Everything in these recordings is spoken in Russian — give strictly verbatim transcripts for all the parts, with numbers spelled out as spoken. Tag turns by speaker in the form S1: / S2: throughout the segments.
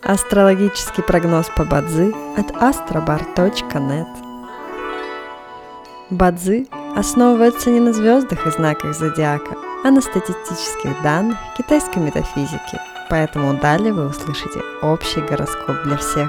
S1: Астрологический прогноз по Бадзи от astrobar точка нет. Бадзи основывается не на звездах и знаках зодиака, а на статистических данных китайской метафизики, поэтому далее вы услышите общий гороскоп для всех.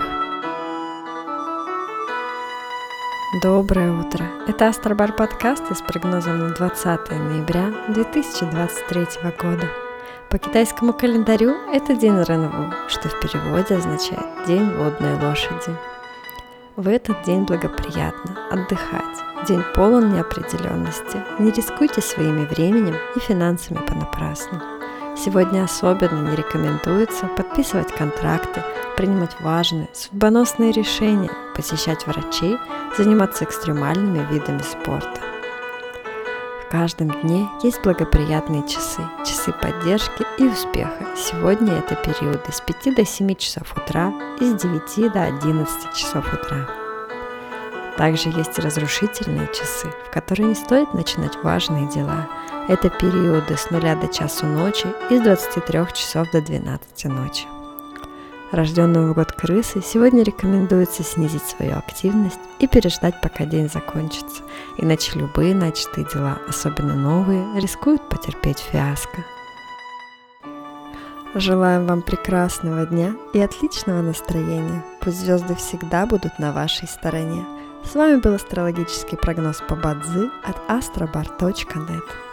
S1: Доброе утро! Это Астробар подкасты с прогнозом на двадцатое ноября две тысячи двадцать третьего года. По китайскому календарю это день Рэнву, что в переводе означает «день водной лошади». В этот день благоприятно отдыхать, день полон неопределенности, не рискуйте своими временем и финансами понапрасну. Сегодня особенно не рекомендуется подписывать контракты, принимать важные, судьбоносные решения, посещать врачей, заниматься экстремальными видами спорта. В каждом дне есть благоприятные часы, часы поддержки и успеха. Сегодня это периоды с пяти до семи часов утра и с девяти до одиннадцати часов утра. Также есть разрушительные часы, в которые не стоит начинать важные дела. Это периоды с нуля до часу ночи и с двадцати трёх часов до двенадцати ночи. Рожденным в год крысы сегодня рекомендуется снизить свою активность и переждать, пока день закончится, иначе любые начатые дела, особенно новые, рискуют потерпеть фиаско. Желаем вам прекрасного дня и отличного настроения. Пусть звезды всегда будут на вашей стороне. С вами был астрологический прогноз по Бадзи от astrobar точка нет.